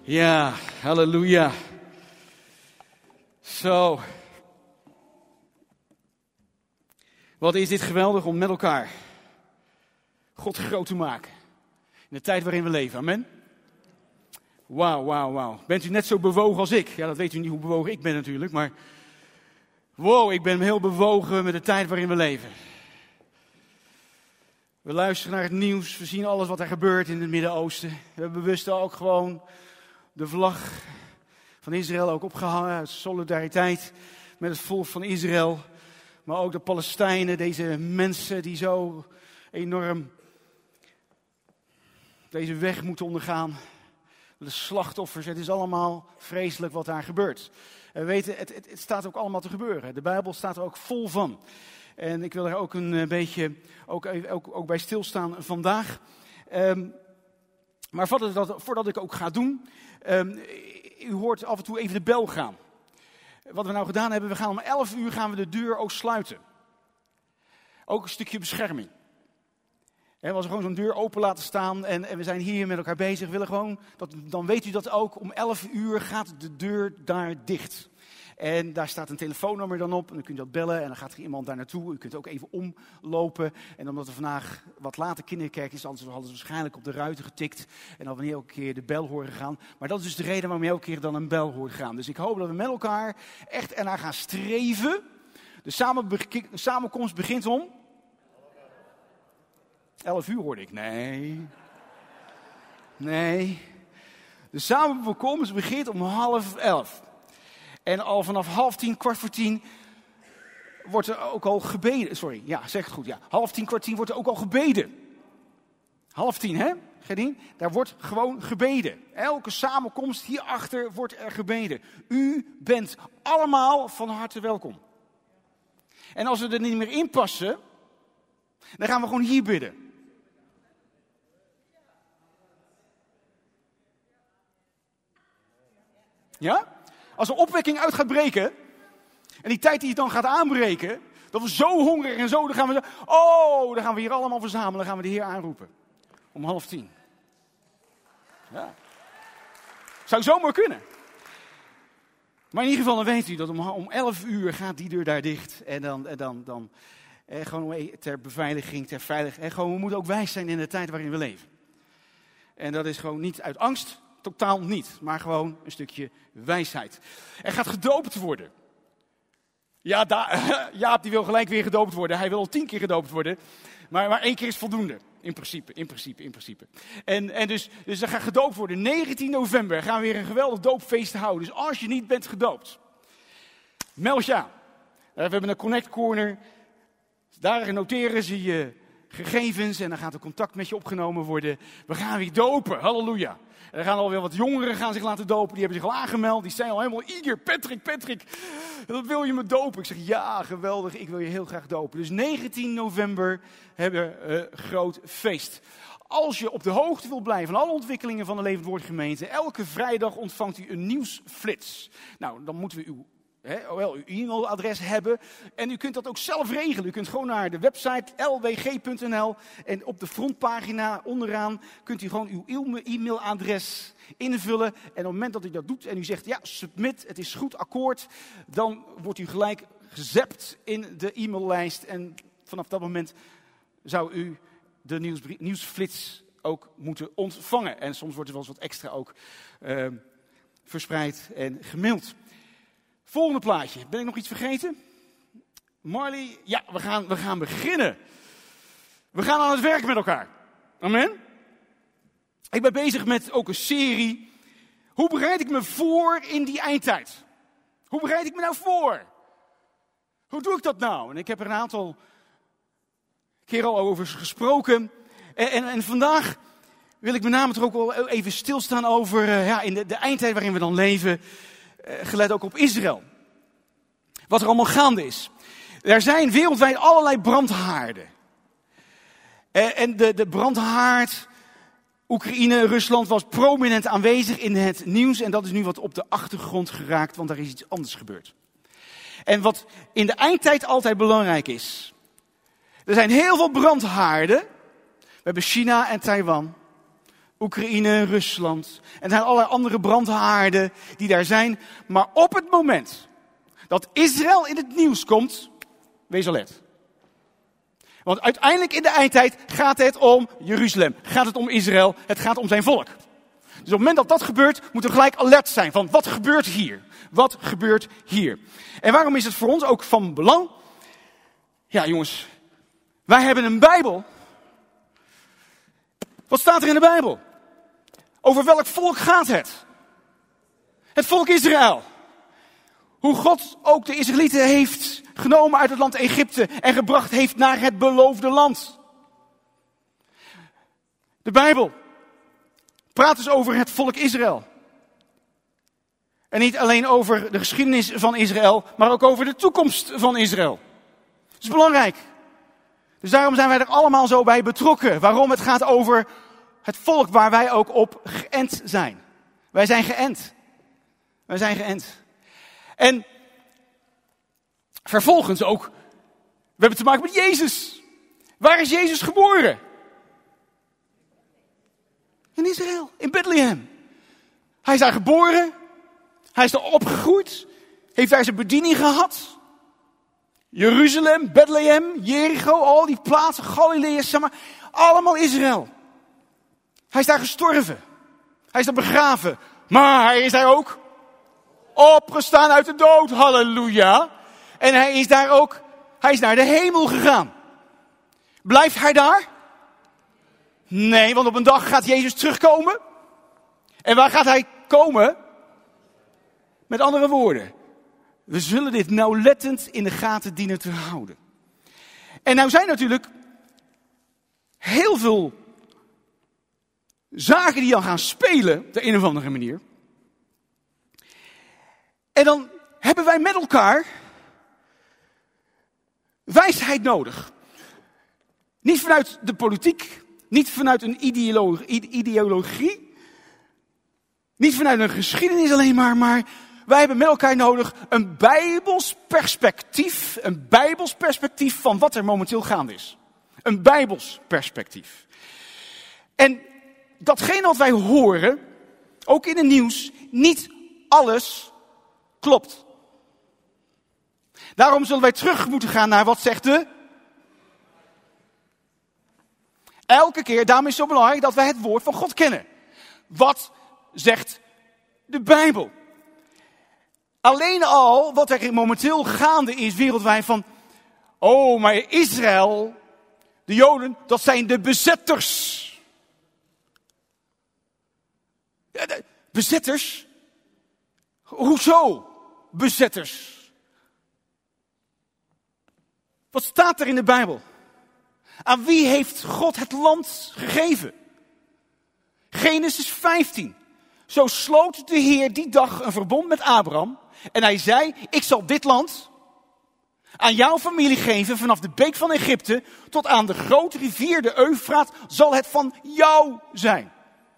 Ja, halleluja. Zo. Wat is dit geweldig om met elkaar God groot te maken. In de tijd waarin we leven. Amen. Wauw. Bent u net zo bewogen als ik? Ja, dat weet u niet hoe bewogen ik ben natuurlijk. Maar wow, ik ben heel bewogen met de tijd waarin we leven. We luisteren naar het nieuws. We zien alles wat er gebeurt in het Midden-Oosten. We hebben bewust ook gewoon de vlag van Israël ook opgehangen. Uit solidariteit met het volk van Israël. Maar ook de Palestijnen, deze mensen die zo enorm deze weg moeten ondergaan. De slachtoffers, het is allemaal vreselijk wat daar gebeurt. En we weten, het staat ook allemaal te gebeuren. De Bijbel staat er ook vol van. En ik wil er ook een beetje ook bij stilstaan vandaag. Maar voordat ik ook ga doen, u hoort af en toe even de bel gaan. Wat we nou gedaan hebben, we gaan om 11 uur gaan we de deur ook sluiten. Ook een stukje bescherming. We willen gewoon zo'n deur open laten staan en we zijn hier met elkaar bezig. We willen gewoon, dan weet u dat ook, om 11 uur gaat de deur daar dicht. En daar staat een telefoonnummer dan op en dan kunt u dat bellen en dan gaat er iemand daar naartoe. U kunt ook even omlopen. En omdat er vandaag wat later kinderkerk is, anders hadden ze waarschijnlijk op de ruiten getikt. En dan wanneer elke keer de bel horen gaan. Maar dat is dus de reden waarom je elke keer dan een bel hoort gaan. Dus ik hoop dat we met elkaar echt ernaar gaan streven. De samenkomst begint om 11 uur hoorde ik. Nee. De samenkomst begint om 10:30. En al vanaf 9:30, 9:45 wordt er ook al gebeden. Sorry, ja, zeg het goed. Ja. 9:30, 9:45 wordt er ook al gebeden. 9:30, hè? Gedien? Daar wordt gewoon gebeden. Elke samenkomst hierachter wordt er gebeden. U bent allemaal van harte welkom. En als we er niet meer in passen, dan gaan we gewoon hier bidden. Ja? Als er opwekking uit gaat breken, en die tijd die het dan gaat aanbreken, dat we zo hongerig en zo, dan gaan we hier allemaal verzamelen, dan gaan we de Heer aanroepen. Om 9:30. Ja. Zou zomaar kunnen. Maar in ieder geval, dan weet u dat om 11 uur gaat die deur daar dicht. En dan gewoon ter beveiliging, ter veiligheid. Gewoon, we moeten ook wijs zijn in de tijd waarin we leven. En dat is gewoon niet uit angst. Totaal niet, maar gewoon een stukje wijsheid. Er gaat gedoopt worden. Ja, Jaap die wil gelijk weer gedoopt worden. Hij wil al 10 keer gedoopt worden. Maar 1 keer is voldoende. In principe. En dus er gaat gedoopt worden. 19 november gaan we weer een geweldig doopfeest houden. Dus als je niet bent gedoopt, meld je aan. We hebben een Connect Corner. Daar noteren ze je gegevens en dan gaat er contact met je opgenomen worden. We gaan weer dopen, halleluja. Er gaan alweer wat jongeren gaan zich laten dopen. Die hebben zich al aangemeld. Die zijn al helemaal eager. Patrick, dat wil je me dopen? Ik zeg, ja, geweldig. Ik wil je heel graag dopen. Dus 19 november hebben we een groot feest. Als je op de hoogte wilt blijven van alle ontwikkelingen van de Levend Woord Gemeente, elke vrijdag ontvangt u een nieuwsflits. Nou, dan moeten we uw e-mailadres hebben. En u kunt dat ook zelf regelen. U kunt gewoon naar de website lwg.nl en op de frontpagina onderaan kunt u gewoon uw e-mailadres invullen. En op het moment dat u dat doet en u zegt ja, submit, het is goed, akkoord, dan wordt u gelijk gezept in de e-maillijst. En vanaf dat moment zou u de nieuwsflits ook moeten ontvangen. En soms wordt er wel eens wat extra ook verspreid en gemaild. Volgende plaatje. Ben ik nog iets vergeten? Marley? Ja, we gaan beginnen. We gaan aan het werk met elkaar. Amen. Ik ben bezig met ook een serie. Hoe bereid ik me voor in die eindtijd? Hoe bereid ik me nou voor? Hoe doe ik dat nou? En ik heb er een aantal keer al over gesproken. En vandaag wil ik met name toch ook wel even stilstaan over in de eindtijd waarin we dan leven. Gelet ook op Israël. Wat er allemaal gaande is. Er zijn wereldwijd allerlei brandhaarden. En de brandhaard, Oekraïne, Rusland was prominent aanwezig in het nieuws. En dat is nu wat op de achtergrond geraakt, want er is iets anders gebeurd. En wat in de eindtijd altijd belangrijk is. Er zijn heel veel brandhaarden. We hebben China en Taiwan. Oekraïne, Rusland. En er zijn allerlei andere brandhaarden die daar zijn. Maar op het moment dat Israël in het nieuws komt, wees alert. Want uiteindelijk in de eindtijd gaat het om Jeruzalem. Gaat het om Israël. Het gaat om zijn volk. Dus op het moment dat dat gebeurt, moeten we gelijk alert zijn van wat gebeurt hier? Wat gebeurt hier? En waarom is het voor ons ook van belang? Ja jongens, wij hebben een Bijbel. Wat staat er in de Bijbel? Over welk volk gaat het? Het volk Israël. Hoe God ook de Israëlieten heeft genomen uit het land Egypte en gebracht heeft naar het beloofde land. De Bijbel praat dus over het volk Israël. En niet alleen over de geschiedenis van Israël, maar ook over de toekomst van Israël. Dat is belangrijk. Dus daarom zijn wij er allemaal zo bij betrokken. Waarom? Het gaat over het volk waar wij ook op geënt zijn. Wij zijn geënt. Wij zijn geënt. En vervolgens ook, we hebben te maken met Jezus. Waar is Jezus geboren? In Israël, in Bethlehem. Hij is daar geboren. Hij is daar opgegroeid. Heeft daar zijn bediening gehad. Jeruzalem, Bethlehem, Jericho, al die plaatsen, Galilea, Samaria, allemaal Israël. Hij is daar gestorven. Hij is daar begraven. Maar hij is daar ook opgestaan uit de dood. Halleluja. En hij is naar de hemel gegaan. Blijft hij daar? Nee, want op een dag gaat Jezus terugkomen. En waar gaat hij komen? Met andere woorden, we zullen dit nauwlettend in de gaten dienen te houden. En nou zijn natuurlijk heel veel zaken die dan gaan spelen, op de een of andere manier. En dan hebben wij met elkaar wijsheid nodig. Niet vanuit de politiek, niet vanuit een ideologie, niet vanuit een geschiedenis alleen maar wij hebben met elkaar nodig een Bijbels perspectief van wat er momenteel gaande is. Een Bijbels perspectief. En datgene wat wij horen, ook in het nieuws, niet alles klopt. Daarom zullen wij terug moeten gaan naar wat zegt de... Elke keer, daarom is het zo belangrijk dat wij het woord van God kennen. Wat zegt de Bijbel? Alleen al wat er momenteel gaande is wereldwijd van... Oh, maar Israël, de Joden, dat zijn de bezetters. Bezetters? Hoezo bezetters? Wat staat er in de Bijbel? Aan wie heeft God het land gegeven? Genesis 15. Zo sloot de Heer die dag een verbond met Abraham. En hij zei, ik zal dit land aan jouw familie geven vanaf de beek van Egypte tot aan de grote rivier, de Eufraat, zal het van jou zijn.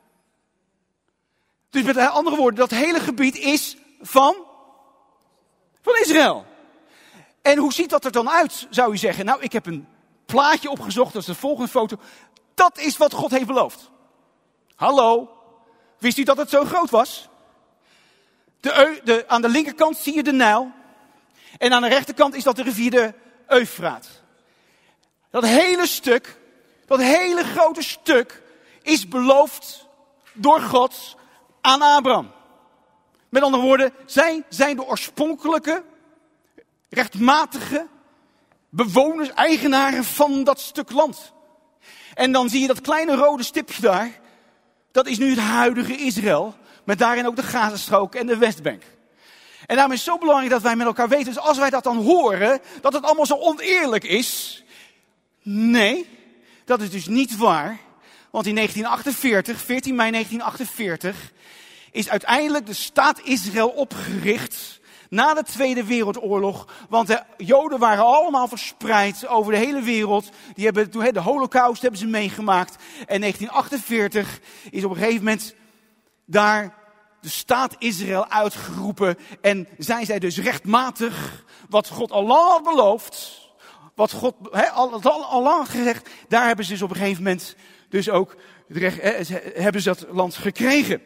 Dus met andere woorden, dat hele gebied is van Israël. En hoe ziet dat er dan uit, zou u zeggen? Nou, ik heb een plaatje opgezocht, dat is de volgende foto. Dat is wat God heeft beloofd. Hallo, wist u dat het zo groot was? Aan de linkerkant zie je de Nijl. En aan de rechterkant is dat de rivier de Eufraat. Dat hele stuk, dat hele grote stuk, is beloofd door God aan Abraham. Met andere woorden, zij zijn de oorspronkelijke, rechtmatige bewoners, eigenaren van dat stuk land. En dan zie je dat kleine rode stipje daar. Dat is nu het huidige Israël. Met daarin ook de Gazastrook en de Westbank. En daarom is het zo belangrijk dat wij met elkaar weten. Dus als wij dat dan horen, dat het allemaal zo oneerlijk is. Nee, dat is dus niet waar. Want in 1948, 14 mei 1948, is uiteindelijk de staat Israël opgericht. Na de Tweede Wereldoorlog. Want de Joden waren allemaal verspreid over de hele wereld. Die hebben toen de Holocaust hebben ze meegemaakt. En 1948 is op een gegeven moment daar de staat Israël uitgeroepen. En zijn zij dus rechtmatig wat God al lang had beloofd. Wat God al lang gezegd. Daar hebben ze dus op een gegeven moment dus ook hebben ze dat land gekregen.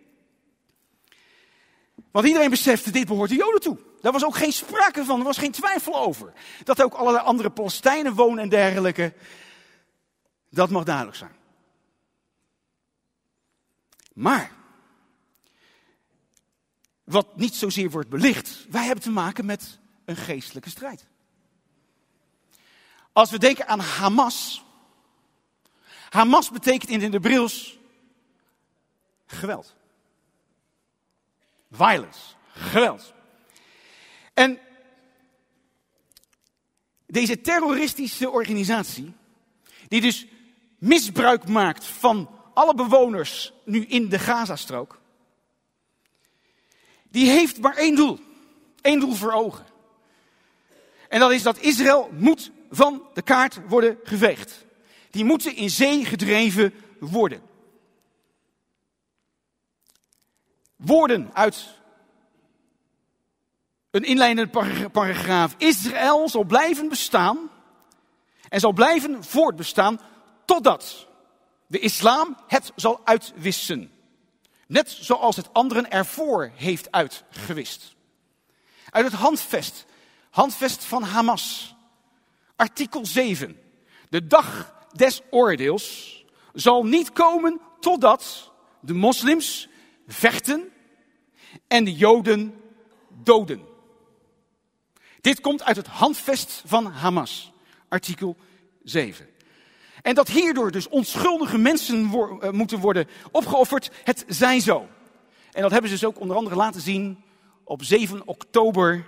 Want iedereen besefte, dit behoort de Joden toe. Daar was ook geen sprake van, er was geen twijfel over. Dat ook allerlei andere Palestijnen wonen en dergelijke. Dat mag duidelijk zijn. Maar, wat niet zozeer wordt belicht, wij hebben te maken met een geestelijke strijd. Als we denken aan Hamas. Hamas betekent in het Hebreeuws geweld. Violence, geweld. En deze terroristische organisatie, die dus misbruik maakt van alle bewoners nu in de Gazastrook, die heeft maar één doel. Eén doel voor ogen. En dat is dat Israël moet van de kaart worden geveegd. Die moeten in zee gedreven worden. Woorden uit een inleidende paragraaf. Israël zal blijven bestaan en zal blijven voortbestaan totdat de islam het zal uitwissen. Net zoals het anderen ervoor heeft uitgewist. Uit het handvest van Hamas. Artikel 7. De dag des oordeels zal niet komen totdat de moslims vechten en de Joden doden. Dit komt uit het handvest van Hamas, artikel 7. En dat hierdoor dus onschuldige mensen moeten worden opgeofferd, het zij zo. En dat hebben ze dus ook onder andere laten zien op 7 oktober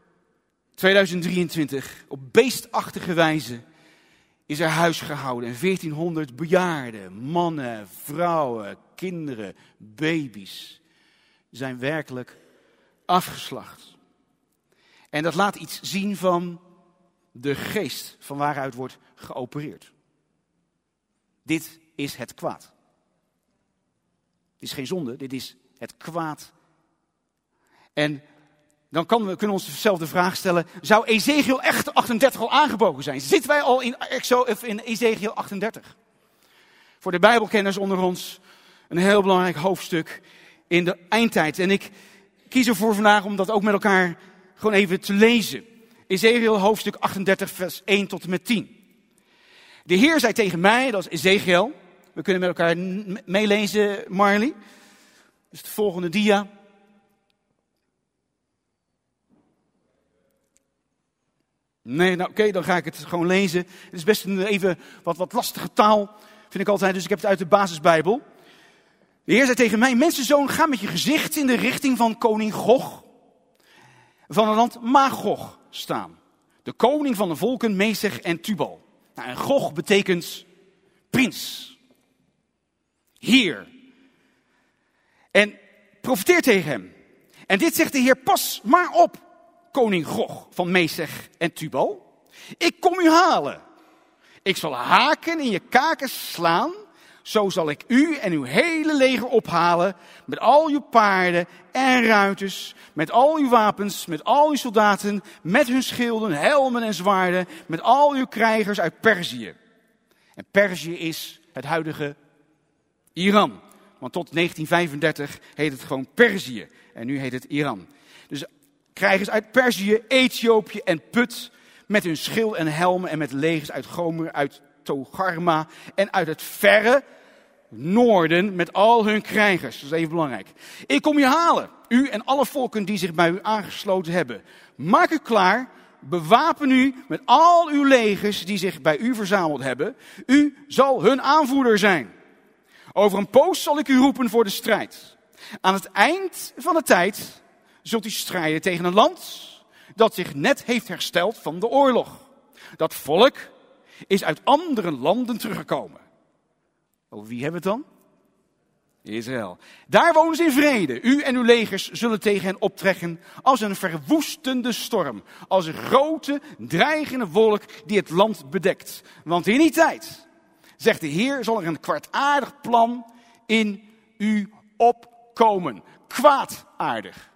2023. Op beestachtige wijze is er huis gehouden. En 1400 bejaarden, mannen, vrouwen, kinderen, baby's zijn werkelijk afgeslacht. En dat laat iets zien van de geest van waaruit wordt geopereerd. Dit is het kwaad. Dit is geen zonde, dit is het kwaad. En dan kunnen we onszelf de vraag stellen, zou Ezekiel echt 38 al aangebogen zijn? Zitten wij al in Ezekiel 38? Voor de Bijbelkenners onder ons een heel belangrijk hoofdstuk in de eindtijd. En ik kies ervoor vandaag om dat ook met elkaar gewoon even te lezen. Ezekiel hoofdstuk 38 vers 1 tot en met 10. De Heer zei tegen mij, dat is Ezekiel. We kunnen met elkaar meelezen, Marley. Dus de volgende dia. Nee, nou oké, dan ga ik het gewoon lezen. Het is best even wat lastige taal, vind ik altijd. Dus ik heb het uit de basisbijbel. De Heer zei tegen mij, mensenzoon, ga met je gezicht in de richting van koning Gog. Van het land Magog staan. De koning van de volken Mesech en Tubal. Nou, en Gog betekent prins. Heer. En profeteer tegen hem. En dit zegt de Heer, pas maar op, koning Gog van Mesech en Tubal. Ik kom u halen. Ik zal haken in je kaken slaan. Zo zal ik u en uw hele leger ophalen. Met al uw paarden en ruiters. Met al uw wapens. Met al uw soldaten. Met hun schilden, helmen en zwaarden. Met al uw krijgers uit Perzië. En Perzië is het huidige Iran. Want tot 1935 heet het gewoon Perzië. En nu heet het Iran. Dus krijgers uit Perzië, Ethiopië en Put. Met hun schild en helmen. En met legers uit Gomer, uit Togarma. En uit het verre noorden met al hun krijgers. Dat is even belangrijk. Ik kom je halen. U en alle volken die zich bij u aangesloten hebben. Maak u klaar. Bewapen u met al uw legers die zich bij u verzameld hebben. U zal hun aanvoerder zijn. Over een poos zal ik u roepen voor de strijd. Aan het eind van de tijd zult u strijden tegen een land dat zich net heeft hersteld van de oorlog. Dat volk is uit andere landen teruggekomen. Over wie hebben we het dan? Israël. Daar wonen ze in vrede. U en uw legers zullen tegen hen optrekken als een verwoestende storm. Als een grote, dreigende wolk die het land bedekt. Want in die tijd, zegt de Heer, zal er een kwaadaardig plan in u opkomen. Kwaadaardig.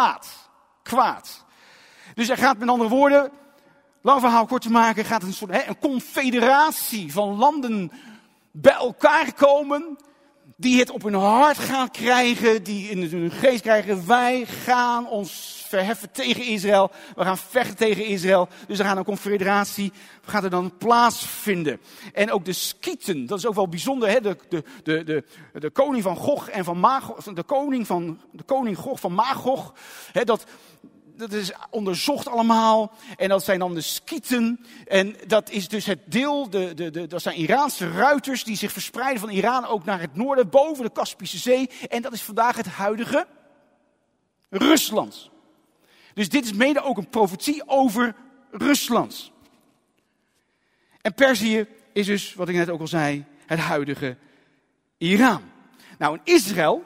Kwaad. Dus er gaat met andere woorden, lang verhaal kort te maken, gaat een soort een confederatie van landen bij elkaar komen, die het op hun hart gaan krijgen, die in hun geest krijgen, wij gaan ons verheffen tegen Israël, we gaan vechten tegen Israël, dus er gaat een confederatie, gaat er dan plaatsvinden. En ook de Skieten, dat is ook wel bijzonder, hè? De koning van Gog en van Magog, de koning Gog van Magog, hè? Dat is onderzocht allemaal. En dat zijn dan de Skieten. En dat is dus het deel, dat zijn Iraanse ruiters die zich verspreiden van Iran ook naar het noorden, boven de Kaspische Zee. En dat is vandaag het huidige Rusland. Dus dit is mede ook een profetie over Rusland. En Perzië is dus, wat ik net ook al zei, het huidige Iran. Nou, en Israël,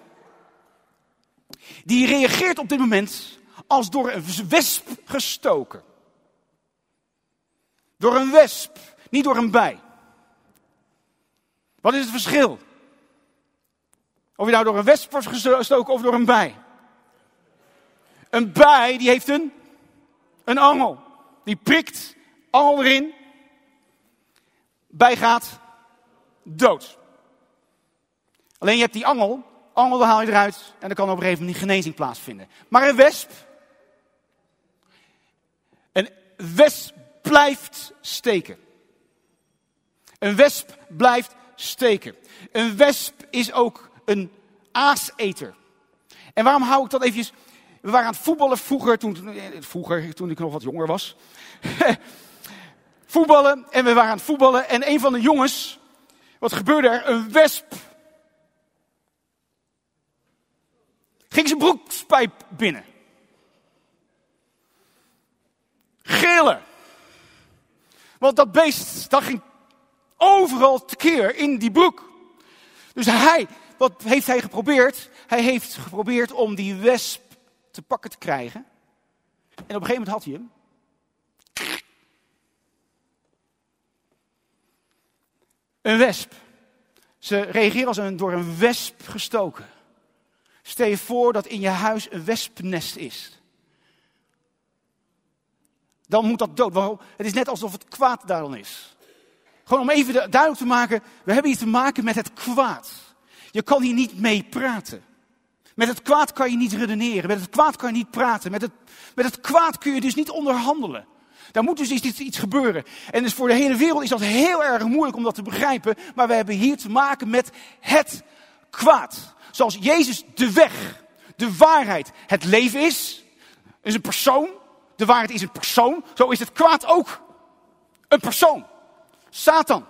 die reageert op dit moment als door een wesp gestoken. Door een wesp, niet door een bij. Wat is het verschil? Of je nou door een wesp wordt gestoken of door een bij. Een bij die heeft een angel. Die prikt, angel erin. Bij gaat dood. Alleen je hebt die angel haal je eruit en dan kan op een gegeven moment genezing plaatsvinden. Maar een wesp blijft steken. Een wesp blijft steken. Een wesp is ook een aaseter. En waarom hou ik dat eventjes? We waren aan het voetballen vroeger, toen ik nog wat jonger was. Voetballen, en we waren aan het voetballen en een van de jongens, wat gebeurde er? Een wesp ging zijn broekspijp binnen. Gillen. Want dat beest, dat ging overal tekeer in die broek. Dus wat heeft hij geprobeerd? Hij heeft geprobeerd om die wesp te pakken te krijgen. En op een gegeven moment had hij hem. Een wesp. Ze reageren als door een wesp gestoken. Stel je voor dat in je huis een wespennest is. Dan moet dat dood. Waarom? Het is net alsof het kwaad daar dan is. Gewoon om even duidelijk te maken. We hebben hier te maken met het kwaad. Je kan hier niet mee praten. Met het kwaad kan je niet redeneren. Met het kwaad kan je niet praten. Met het kwaad kun je dus niet onderhandelen. Daar moet dus iets gebeuren. En dus voor de hele wereld is dat heel erg moeilijk om dat te begrijpen. Maar we hebben hier te maken met het kwaad. Zoals Jezus de weg, de waarheid, het leven is een persoon. De waarheid is een persoon. Zo is het kwaad ook een persoon. Satan.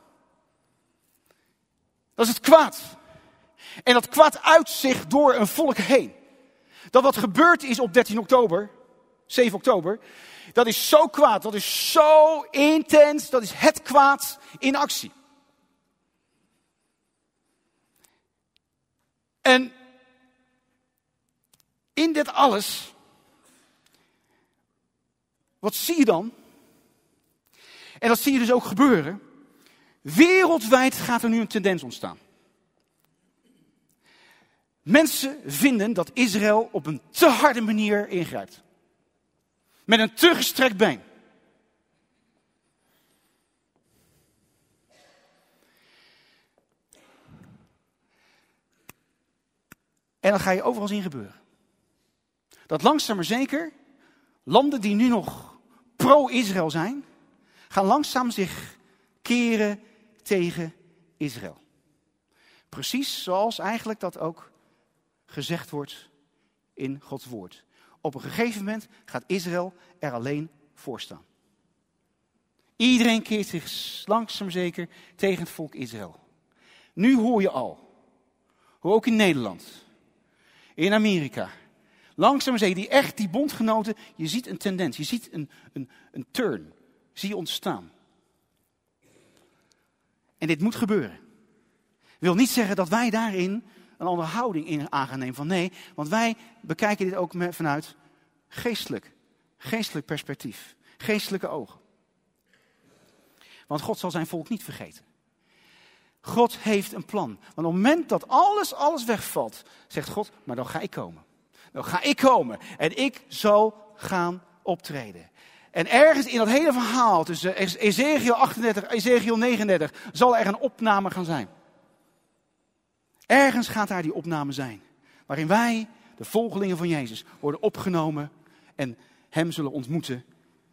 Dat is het kwaad. En dat kwaad uit zich door een volk heen. Dat wat gebeurd is op 7 oktober, dat is zo kwaad, dat is zo intens, dat is het kwaad in actie. En in dit alles, wat zie je dan? En dat zie je dus ook gebeuren. Wereldwijd gaat er nu een tendens ontstaan. Mensen vinden dat Israël op een te harde manier ingrijpt. Met een te gestrekt been. En dat ga je overal zien gebeuren. Dat langzaam maar zeker, landen die nu nog pro-Israël zijn, gaan langzaam zich keren tegen Israël. Precies zoals eigenlijk dat ook gezegd wordt in Gods woord. Op een gegeven moment gaat Israël er alleen voor staan. Iedereen keert zich langzaam zeker tegen het volk Israël. Nu hoor je al, hoe ook in Nederland, in Amerika, langzaam zeker, die bondgenoten, je ziet een tendens, je ziet een turn, zie je ontstaan. En dit moet gebeuren. Wil niet zeggen dat wij daarin een andere houding in aan gaan nemen van nee, want wij bekijken dit ook vanuit geestelijk perspectief, geestelijke ogen. Want God zal zijn volk niet vergeten. God heeft een plan. Want op het moment dat alles wegvalt, zegt God, maar dan ga ik komen. Dan ga ik komen en ik zal gaan optreden. En ergens in dat hele verhaal tussen Ezekiel 38 en Ezekiel 39 zal er een opname gaan zijn. Ergens gaat daar die opname zijn. Waarin wij, de volgelingen van Jezus, worden opgenomen en hem zullen ontmoeten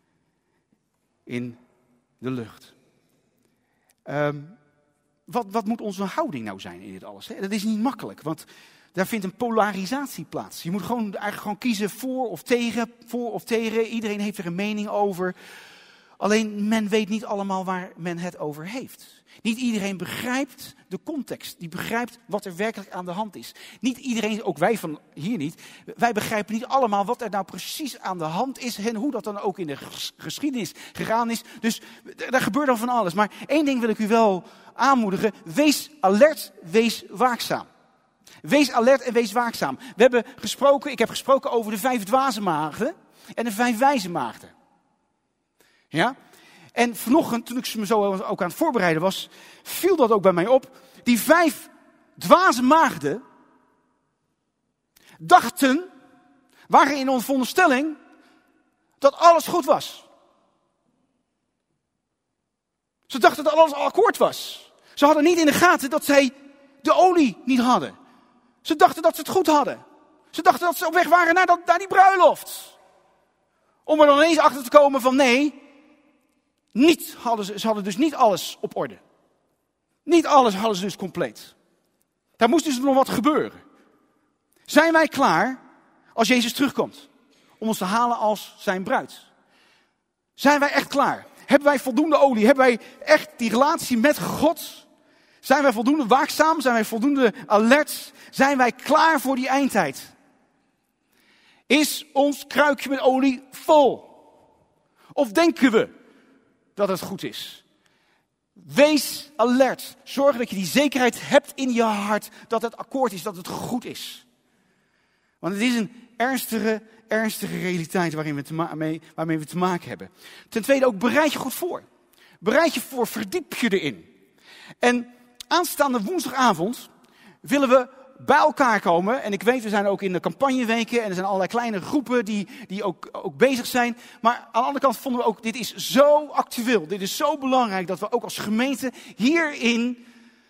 in de lucht. Wat moet onze houding nou zijn in dit alles? Hè? Dat is niet makkelijk, want daar vindt een polarisatie plaats. Je moet eigenlijk kiezen voor of tegen. Iedereen heeft er een mening over. Alleen men weet niet allemaal waar men het over heeft. Niet iedereen begrijpt de context. Die begrijpt wat er werkelijk aan de hand is. Niet iedereen, ook wij van hier niet. Wij begrijpen niet allemaal wat er nou precies aan de hand is. En hoe dat dan ook in de geschiedenis gegaan is. Dus daar gebeurt dan van alles. Maar één ding wil ik u wel aanmoedigen. Wees alert, wees waakzaam. Wees alert en wees waakzaam. Ik heb gesproken over de 5 dwaze maagden en de 5 wijze maagden. Ja? En vanochtend, toen ik me zo ook aan het voorbereiden was, viel dat ook bij mij op. Die 5 dwaze maagden waren in een veronderstelling dat alles goed was. Ze dachten dat alles al akkoord was. Ze hadden niet in de gaten dat zij de olie niet hadden. Ze dachten dat ze het goed hadden. Ze dachten dat ze op weg waren naar die bruiloft. Om er dan ineens achter te komen van nee, ze hadden dus niet alles op orde. Niet alles hadden ze dus compleet. Daar moest dus nog wat gebeuren. Zijn wij klaar als Jezus terugkomt om ons te halen als zijn bruid? Zijn wij echt klaar? Hebben wij voldoende olie? Hebben wij echt die relatie met God? Zijn wij voldoende waakzaam? Zijn wij voldoende alert? Zijn wij klaar voor die eindtijd? Is ons kruikje met olie vol? Of denken we dat het goed is? Wees alert. Zorg dat je die zekerheid hebt in je hart dat het akkoord is, dat het goed is. Want het is een ernstige realiteit waarmee we te maken hebben. Ten tweede ook, bereid je goed voor. Bereid je voor, verdiep je erin. En aanstaande woensdagavond willen we bij elkaar komen. En ik weet, we zijn ook in de campagneweken en er zijn allerlei kleine groepen die ook bezig zijn. Maar aan de andere kant vonden we ook, dit is zo actueel. Dit is zo belangrijk dat we ook als gemeente hierin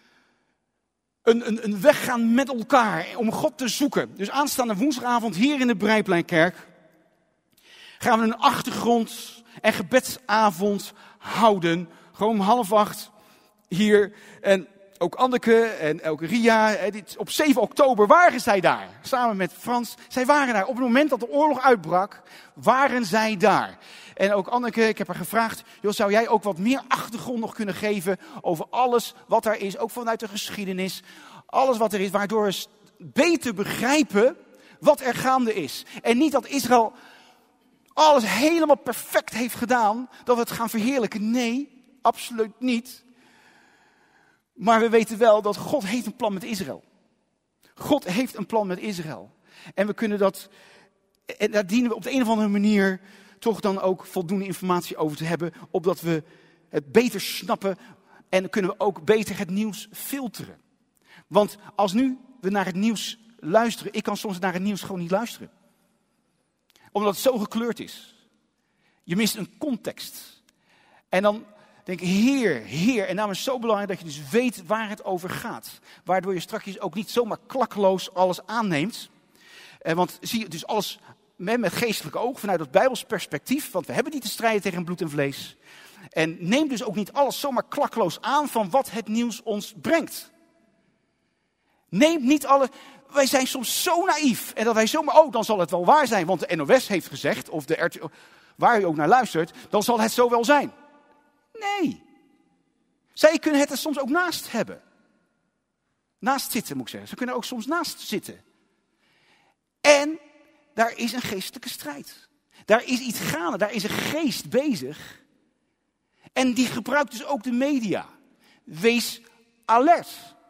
een weg gaan met elkaar om God te zoeken. Dus aanstaande woensdagavond hier in de Breipleinkerk gaan we een achtergrond- en gebedsavond houden. Gewoon om 7:30 hier. En ook Anneke en ook Ria. Op 7 oktober waren zij daar. Samen met Frans. Zij waren daar. Op het moment dat de oorlog uitbrak, waren zij daar. En ook Anneke, ik heb haar gevraagd, joh, zou jij ook wat meer achtergrond nog kunnen geven over alles wat er is, ook vanuit de geschiedenis, alles wat er is, waardoor we beter begrijpen wat er gaande is. En niet dat Israël alles helemaal perfect heeft gedaan, dat we het gaan verheerlijken. Nee, absoluut niet. Maar we weten wel dat God heeft een plan met Israël. God heeft een plan met Israël. En we kunnen en daar dienen we op de een of andere manier toch dan ook voldoende informatie over te hebben, opdat we het beter snappen en dan kunnen we ook beter het nieuws filteren. Want als nu we naar het nieuws luisteren, ik kan soms naar het nieuws gewoon niet luisteren. Omdat het zo gekleurd is. Je mist een context. En dan denk ik, Heer, en daarom is het zo belangrijk dat je dus weet waar het over gaat. Waardoor je straks ook niet zomaar klakkeloos alles aanneemt. Want zie je dus alles met geestelijke oog, vanuit het Bijbels perspectief. Want we hebben niet te strijden tegen bloed en vlees. En neem dus ook niet alles zomaar klakkeloos aan van wat het nieuws ons brengt. Neem niet alles. Wij zijn soms zo naïef. En dat wij zomaar, dan zal het wel waar zijn. Want de NOS heeft gezegd, of de RTL, waar u ook naar luistert, dan zal het zo wel zijn. Nee. Zij kunnen het er soms ook naast hebben. Naast zitten, moet ik zeggen. Ze kunnen er ook soms naast zitten. En daar is een geestelijke strijd. Daar is iets gaande. Daar is een geest bezig. En die gebruikt dus ook de media. Wees alert.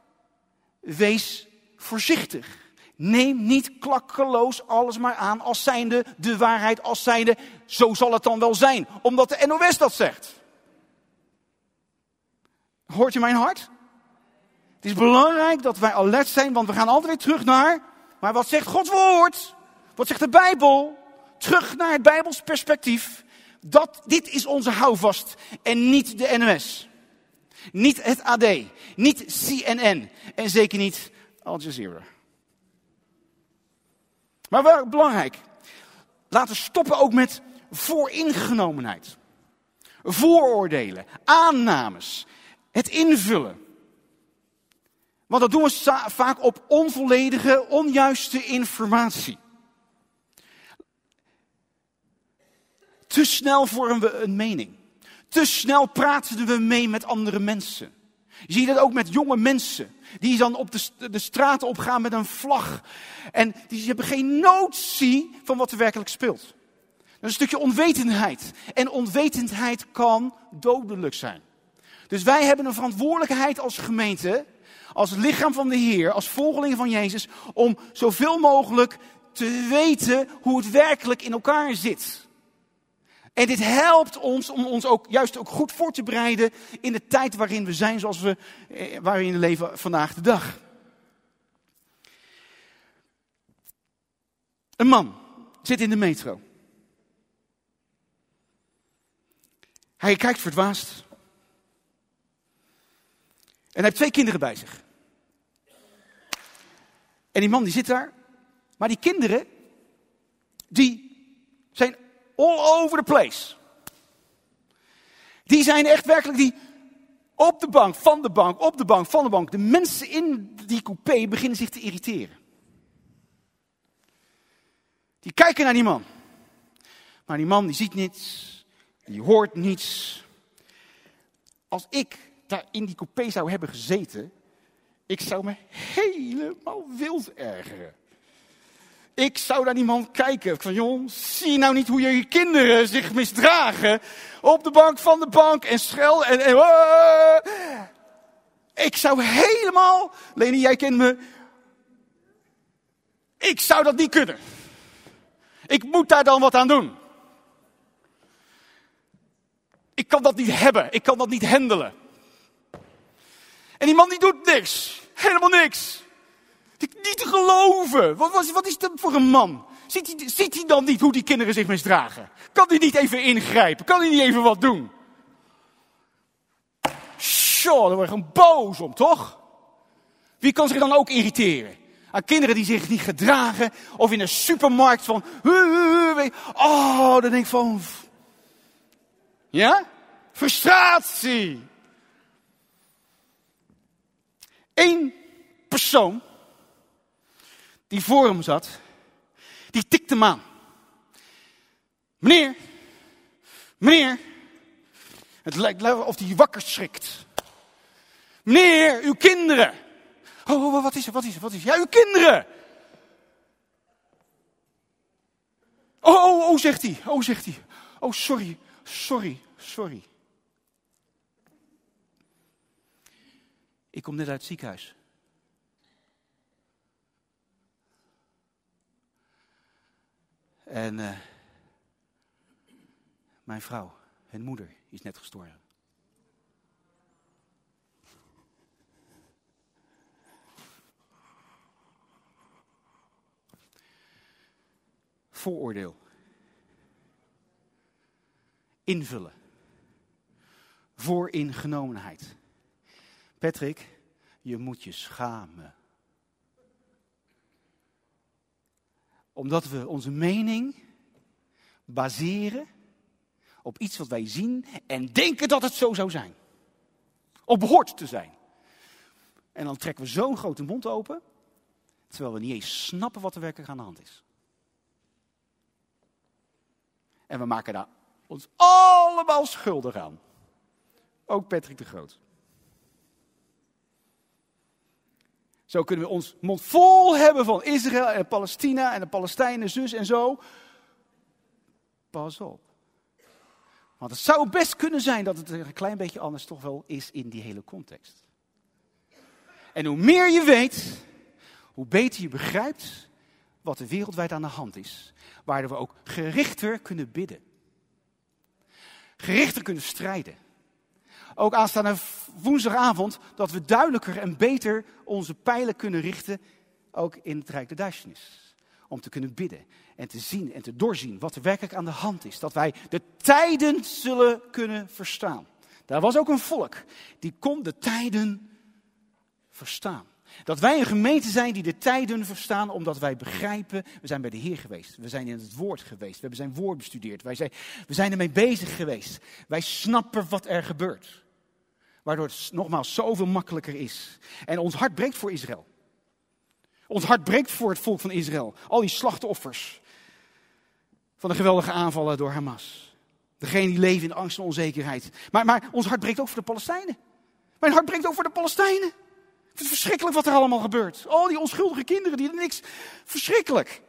Wees voorzichtig. Neem niet klakkeloos alles maar aan als zijnde de waarheid. Als zijnde, zo zal het dan wel zijn. Omdat de NOS dat zegt. Hoort je mijn hart? Het is belangrijk dat wij alert zijn, want we gaan altijd weer terug naar, maar wat zegt Gods woord? Wat zegt de Bijbel? Terug naar het Bijbels perspectief. Dit is onze houvast en niet de NOS. Niet het AD, niet CNN en zeker niet Al Jazeera. Maar wel belangrijk, laten we stoppen ook met vooringenomenheid. Vooroordelen, aannames, het invullen. Want dat doen we vaak op onvolledige, onjuiste informatie. Te snel vormen we een mening. Te snel praten we mee met andere mensen. Je ziet dat ook met jonge mensen. Die dan op de straten opgaan met een vlag. En die hebben geen notie van wat er werkelijk speelt. Dat is een stukje onwetendheid. En onwetendheid kan dodelijk zijn. Dus wij hebben een verantwoordelijkheid als gemeente, als lichaam van de Heer, als volgelingen van Jezus, om zoveel mogelijk te weten hoe het werkelijk in elkaar zit. En dit helpt ons om ons ook juist ook goed voor te bereiden in de tijd waarin we zijn, zoals waarin we leven vandaag de dag. Een man zit in de metro. Hij kijkt verdwaasd. En hij heeft 2 kinderen bij zich. En die man die zit daar. Maar die kinderen, die zijn all over the place. Die zijn echt werkelijk op de bank, van de bank, op de bank, van de bank. De mensen in die coupé beginnen zich te irriteren. Die kijken naar die man. Maar die man die ziet niets. Die hoort niets. Als ik daar in die coupé zou hebben gezeten, ik zou me helemaal wild ergeren. Ik zou naar die man kijken. Van joh, zie je nou niet hoe je kinderen zich misdragen? Op de bank, van de bank en schel en ik zou helemaal, Leni, jij kent me. Ik zou dat niet kunnen. Ik moet daar dan wat aan doen. Ik kan dat niet hebben. Ik kan dat niet handelen. En die man die doet niks. Helemaal niks. Niet te geloven. Wat is dat voor een man? Ziet hij dan niet hoe die kinderen zich misdragen? Kan hij niet even ingrijpen? Kan hij niet even wat doen? Sjoe, daar word je gewoon boos om, toch? Wie kan zich dan ook irriteren? Aan kinderen die zich niet gedragen. Of in een supermarkt van... Oh, dan denk ik van... Ja? Frustratie. Eén persoon die voor hem zat, die tikte hem aan. Meneer, het lijkt of hij wakker schrikt. Meneer, uw kinderen. Oh, wat is er? Ja, uw kinderen. Oh, zegt hij. Oh, sorry. Ik kom net uit het ziekenhuis. En mijn vrouw, hun moeder, is net gestorven. Vooroordeel. Invullen. Vooringenomenheid. Patrick, je moet je schamen. Omdat we onze mening baseren op iets wat wij zien en denken dat het zo zou zijn. Of behoort te zijn. En dan trekken we zo'n grote mond open, terwijl we niet eens snappen wat er werkelijk aan de hand is. En we maken daar ons allemaal schuldig aan. Ook Patrick de Groot. Zo kunnen we ons mond vol hebben van Israël en Palestina en de Palestijnen, zus en zo. Pas op. Want het zou best kunnen zijn dat het een klein beetje anders toch wel is in die hele context. En hoe meer je weet, hoe beter je begrijpt wat er wereldwijd aan de hand is. Waardoor we ook gerichter kunnen bidden. Gerichter kunnen strijden. Ook aanstaande woensdagavond dat we duidelijker en beter onze pijlen kunnen richten, ook in het Rijk der Duisternis. om te kunnen bidden en te zien en te doorzien wat er werkelijk aan de hand is. Dat wij de tijden zullen kunnen verstaan. Daar was ook een volk die kon de tijden verstaan. Dat wij een gemeente zijn die de tijden verstaan omdat wij begrijpen, we zijn bij de Heer geweest. We zijn in het woord geweest. We hebben zijn woord bestudeerd. We zijn ermee bezig geweest. Wij snappen wat er gebeurt. Waardoor het nogmaals zoveel makkelijker is. En ons hart breekt voor Israël. Ons hart breekt voor het volk van Israël. Al die slachtoffers van de geweldige aanvallen door Hamas. Degene die leven in angst en onzekerheid. Maar ons hart breekt ook voor de Palestijnen. Mijn hart breekt ook voor de Palestijnen. Ik vind het verschrikkelijk wat er allemaal gebeurt. Al die onschuldige kinderen, die niks. Verschrikkelijk.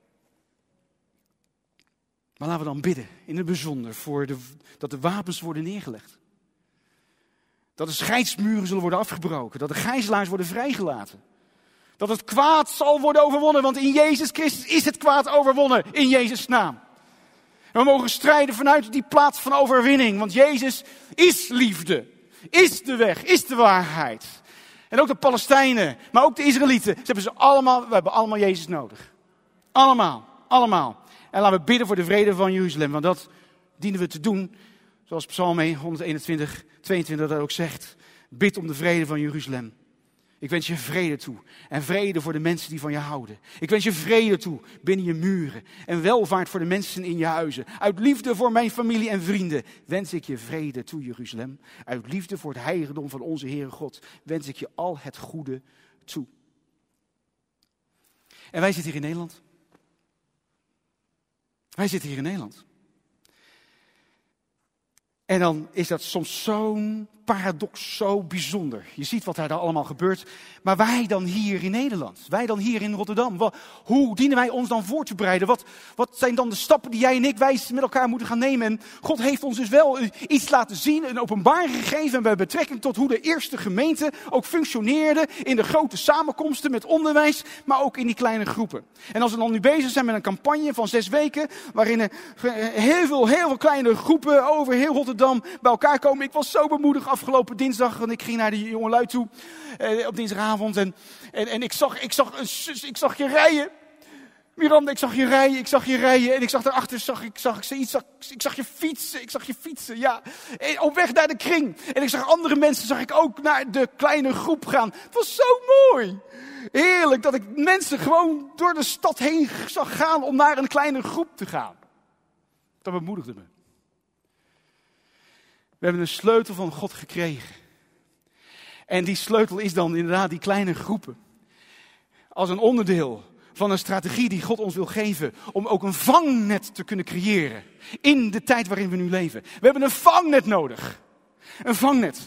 Maar laten we dan bidden, in het bijzonder, dat de wapens worden neergelegd. Dat de scheidsmuren zullen worden afgebroken. Dat de gijzelaars worden vrijgelaten. Dat het kwaad zal worden overwonnen, want in Jezus Christus is het kwaad overwonnen. In Jezus' naam. En we mogen strijden vanuit die plaats van overwinning, want Jezus is liefde. Is de weg, is de waarheid. En ook de Palestijnen, maar ook de Israëlieten. We hebben allemaal Jezus nodig. Allemaal. En laten we bidden voor de vrede van Jeruzalem. Want dat dienen we te doen, zoals Psalm 121, 22 dat ook zegt. Bid om de vrede van Jeruzalem. Ik wens je vrede toe. En vrede voor de mensen die van je houden. Ik wens je vrede toe binnen je muren. En welvaart voor de mensen in je huizen. Uit liefde voor mijn familie en vrienden wens ik je vrede toe, Jeruzalem. Uit liefde voor het heiligdom van onze Heere God wens ik je al het goede toe. En wij zitten hier in Nederland. En dan is dat soms zo'n paradox, zo bijzonder. Je ziet wat daar allemaal gebeurt. Maar wij dan hier in Nederland, wij dan hier in Rotterdam, hoe dienen wij ons dan voor te bereiden? Wat zijn dan de stappen die jij en ik, wij met elkaar moeten gaan nemen? En God heeft ons dus wel iets laten zien, een openbaring gegeven bij betrekking tot hoe de eerste gemeente ook functioneerde in de grote samenkomsten met onderwijs, maar ook in die kleine groepen. En als we dan nu bezig zijn met een campagne van 6 weken, waarin er heel veel kleine groepen over heel Rotterdam bij elkaar komen. Ik was zo bemoedigd afgelopen dinsdag, want ik ging naar die jongelui toe op dinsdagavond en ik zag je rijden. Miranda, ik zag je rijden en ik zag daarachter, ik zag je fietsen, ja. En op weg naar de kring. En ik zag andere mensen, zag ik ook naar de kleine groep gaan. Het was zo mooi. Heerlijk dat ik mensen gewoon door de stad heen zag gaan om naar een kleine groep te gaan. Dat bemoedigde me. We hebben een sleutel van God gekregen. En die sleutel is dan inderdaad die kleine groepen. Als een onderdeel van een strategie die God ons wil geven. Om ook een vangnet te kunnen creëren. In de tijd waarin we nu leven. We hebben een vangnet nodig. Een vangnet.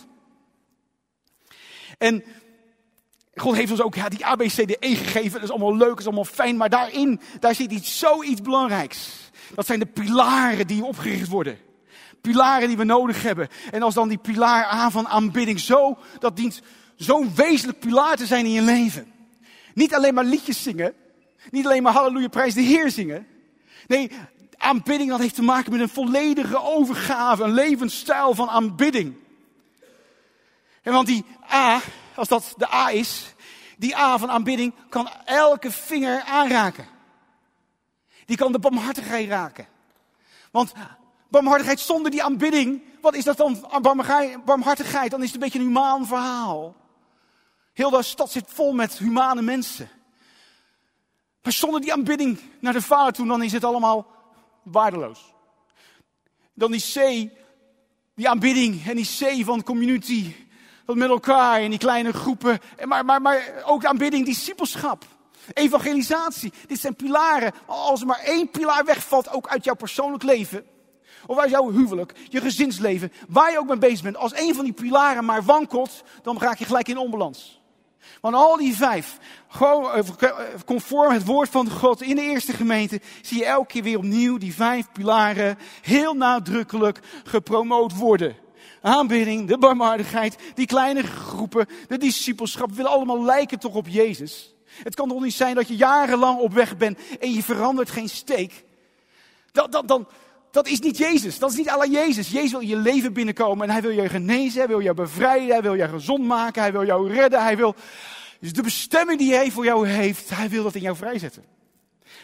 En God heeft ons ook die ABCDE gegeven. Dat is allemaal leuk, dat is allemaal fijn. Maar daar zit zoiets belangrijks. Dat zijn de pilaren die opgericht worden. Pilaren die we nodig hebben. En als dan die pilaar A van aanbidding dat dient zo'n wezenlijk pilaar te zijn in je leven. Niet alleen maar liedjes zingen. Niet alleen maar halleluja, prijs de Heer zingen. Nee, aanbidding dat heeft te maken met een volledige overgave. Een levensstijl van aanbidding. En want die A, als dat de A is. Die A van aanbidding kan elke vinger aanraken. Die kan de barmhartigheid raken. Want barmhartigheid zonder die aanbidding, wat is dat dan? Barmhartigheid, dan is het een beetje een humaan verhaal. Heel de stad zit vol met humane mensen. Maar zonder die aanbidding naar de Vader toe, dan is het allemaal waardeloos. Dan die C, die aanbidding en die C van community, dat met elkaar in die kleine groepen. Maar ook de aanbidding, discipelschap. Evangelisatie, dit zijn pilaren. Als er maar 1 pilaar wegvalt, ook uit jouw persoonlijk leven. Of uit jouw huwelijk, je gezinsleven, waar je ook mee bezig bent. Als 1 van die pilaren maar wankelt, dan raak je gelijk in onbalans. Want al die 5, gewoon conform het woord van God in de eerste gemeente, zie je elke keer weer opnieuw die 5 pilaren heel nadrukkelijk gepromoot worden. Aanbidding, de barmhartigheid, die kleine groepen, de discipelschap, willen allemaal lijken toch op Jezus. Het kan toch niet zijn dat je jarenlang op weg bent en je verandert geen steek. Dat is niet Jezus, dat is niet à la Jezus. Jezus wil in je leven binnenkomen en hij wil je genezen, hij wil je bevrijden, hij wil je gezond maken, hij wil jou redden, hij wil de bestemming die hij voor jou heeft, hij wil dat in jou vrijzetten.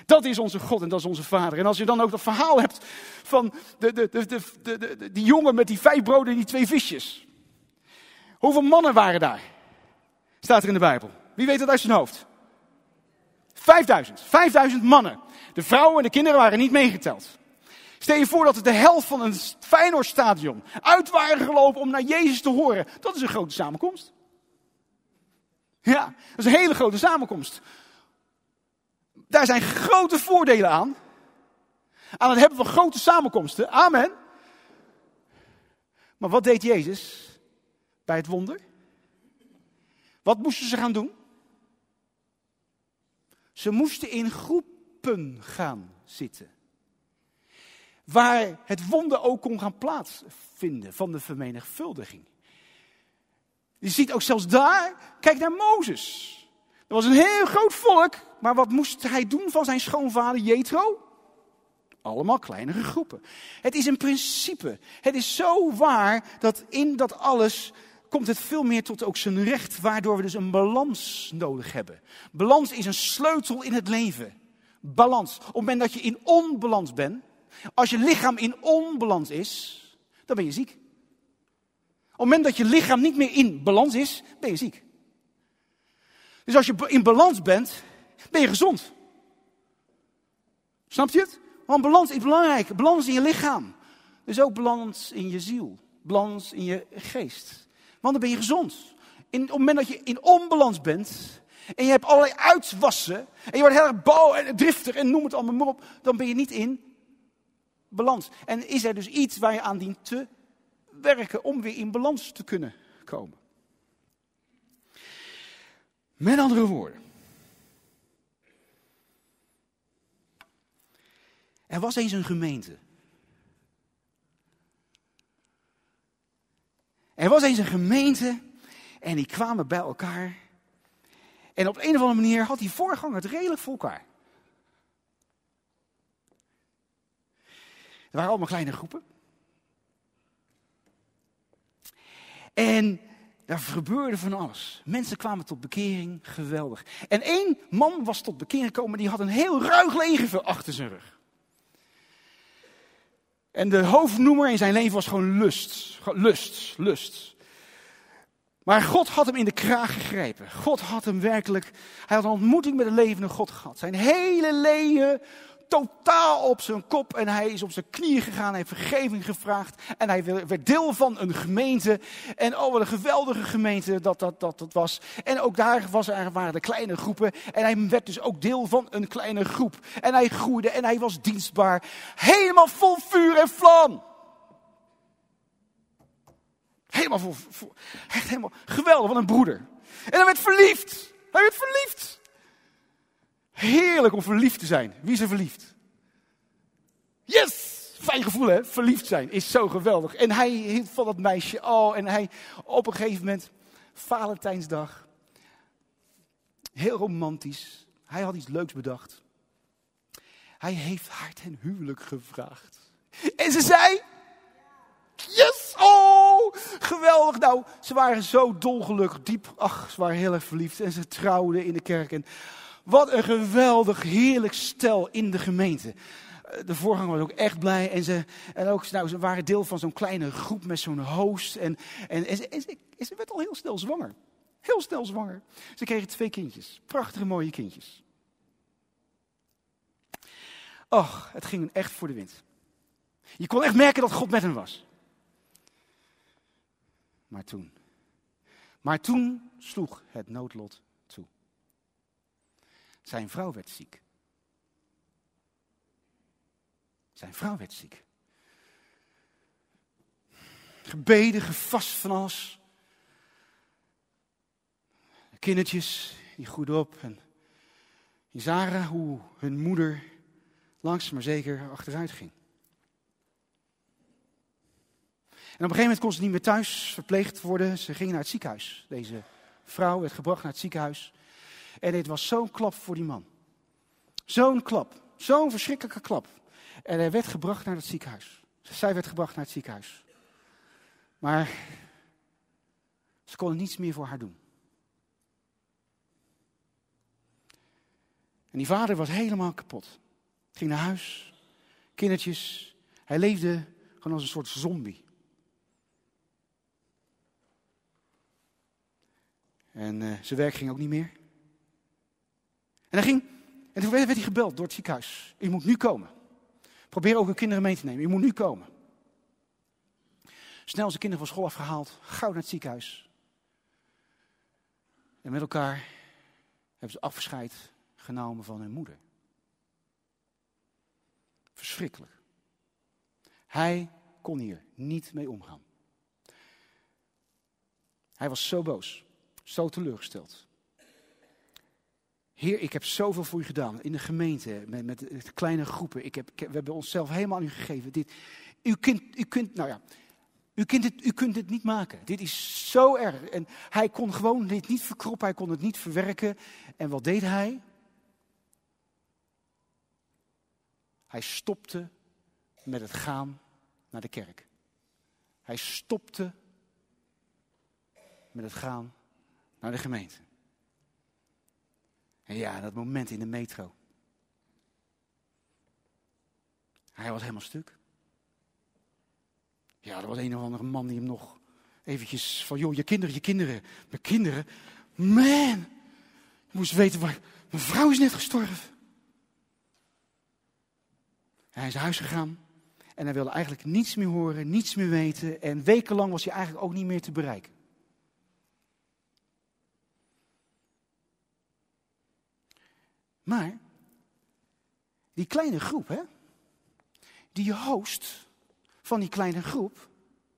Dat is onze God en dat is onze Vader. En als je dan ook dat verhaal hebt van die jongen met die 5 broden en die 2 visjes. Hoeveel mannen waren daar? Staat er in de Bijbel. Wie weet dat uit zijn hoofd? 5000. 5000 mannen. De vrouwen en de kinderen waren niet meegeteld. Stel je voor dat het de helft van een Feyenoordstadion uit waren gelopen om naar Jezus te horen. Dat is een grote samenkomst. Ja, dat is een hele grote samenkomst. Daar zijn grote voordelen aan. Aan het hebben van grote samenkomsten. Amen. Maar wat deed Jezus bij het wonder? Wat moesten ze gaan doen? Ze moesten in groepen gaan zitten. Waar het wonder ook kon gaan plaatsvinden van de vermenigvuldiging. Je ziet ook zelfs daar, kijk naar Mozes. Er was een heel groot volk, maar wat moest hij doen van zijn schoonvader Jethro? Allemaal kleinere groepen. Het is een principe. Het is zo waar dat in dat alles komt het veel meer tot ook zijn recht, waardoor we dus een balans nodig hebben. Balans is een sleutel in het leven. Balans. Op het moment dat je in onbalans bent, als je lichaam in onbalans is, dan ben je ziek. Op het moment dat je lichaam niet meer in balans is, ben je ziek. Dus als je in balans bent, ben je gezond. Snap je het? Want balans is belangrijk. Balans in je lichaam. Dus ook balans in je ziel. Balans in je geest. Want dan ben je gezond. Op het moment dat je in onbalans bent en je hebt allerlei uitwassen en je wordt heel erg bouw en driftig en noem het allemaal maar op, dan ben je niet in balans. En is er dus iets waar je aan dient te werken om weer in balans te kunnen komen. Met andere woorden. Er was eens een gemeente. Er was eens een gemeente en die kwamen bij elkaar. En op een of andere manier had die voorganger het redelijk voor elkaar. Er waren allemaal kleine groepen. En daar gebeurde van alles. Mensen kwamen tot bekering, geweldig. En 1 man was tot bekering gekomen, die had een heel ruig leger achter zijn rug. En de hoofdnoemer in zijn leven was gewoon lust. Maar God had hem in de kraag gegrepen. God had hem werkelijk, hij had een ontmoeting met een levende God gehad. Zijn hele leven totaal op zijn kop en hij is op zijn knieën gegaan, hij heeft vergeving gevraagd en hij werd deel van een gemeente. En oh, wat een geweldige gemeente dat was. En ook daar waren de kleine groepen en hij werd dus ook deel van een kleine groep. En hij groeide en hij was dienstbaar, helemaal vol vuur en vlam. Helemaal vol, echt helemaal geweldig, wat een broeder. En hij werd verliefd. Heerlijk om verliefd te zijn. Wie is er verliefd? Yes! Fijn gevoel hè? Verliefd zijn is zo geweldig. En hij hield van dat meisje. Oh, en hij op een gegeven moment, Valentijnsdag. Heel romantisch. Hij had iets leuks bedacht. Hij heeft haar ten huwelijk gevraagd. En ze zei... Yes! Oh, geweldig. Nou, ze waren zo dolgelukkig, diep. Ach, ze waren heel erg verliefd. En ze trouwden in de kerk. En wat een geweldig, heerlijk stel in de gemeente. De voorganger was ook echt blij. Ze waren deel van zo'n kleine groep met zo'n host. En ze werd al heel snel zwanger. Heel snel zwanger. Ze kregen 2 kindjes. Prachtige, mooie kindjes. Och, het ging echt voor de wind. Je kon echt merken dat God met hem was. Maar toen sloeg het noodlot toe. Zijn vrouw werd ziek. Gebeden, gevast van alles. De kindertjes, die groeiden op. En die zagen hoe hun moeder langzaam maar zeker achteruit ging. En op een gegeven moment kon ze niet meer thuis verpleegd worden. Ze ging naar het ziekenhuis. Deze vrouw werd gebracht naar het ziekenhuis. En dit was zo'n klap voor die man. Zo'n klap. Zo'n verschrikkelijke klap. En hij werd gebracht naar het ziekenhuis. Zij werd gebracht naar het ziekenhuis. Maar ze konden niets meer voor haar doen. En En die vader was helemaal kapot. Ging naar huis, kindertjes. Hij leefde gewoon als een soort zombie. En zijn werk ging ook niet meer. En toen werd hij gebeld door het ziekenhuis. U moet nu komen. Probeer ook uw kinderen mee te nemen. U moet nu komen. Snel zijn kinderen van school afgehaald. Gauw naar het ziekenhuis. En met elkaar hebben ze afscheid genomen van hun moeder. Verschrikkelijk. Hij kon hier niet mee omgaan. Hij was zo boos. Zo teleurgesteld. Heer, ik heb zoveel voor u gedaan. In de gemeente, met kleine groepen. We hebben onszelf helemaal aan u gegeven. U kunt het niet maken. Dit is zo erg. En hij kon gewoon dit niet verkroppen. Hij kon het niet verwerken. En wat deed hij? Hij stopte met het gaan naar de kerk. Hij stopte met het gaan naar de gemeente. En ja, dat moment in de metro. Hij was helemaal stuk. Ja, er was een of andere man die hem nog eventjes van, joh, je kinderen. Mijn kinderen? Man, je moest weten waar, mijn vrouw is net gestorven. En hij is naar huis gegaan. En hij wilde eigenlijk niets meer horen, niets meer weten. En wekenlang was hij eigenlijk ook niet meer te bereiken. Maar, die kleine groep, hè? Die host van die kleine groep,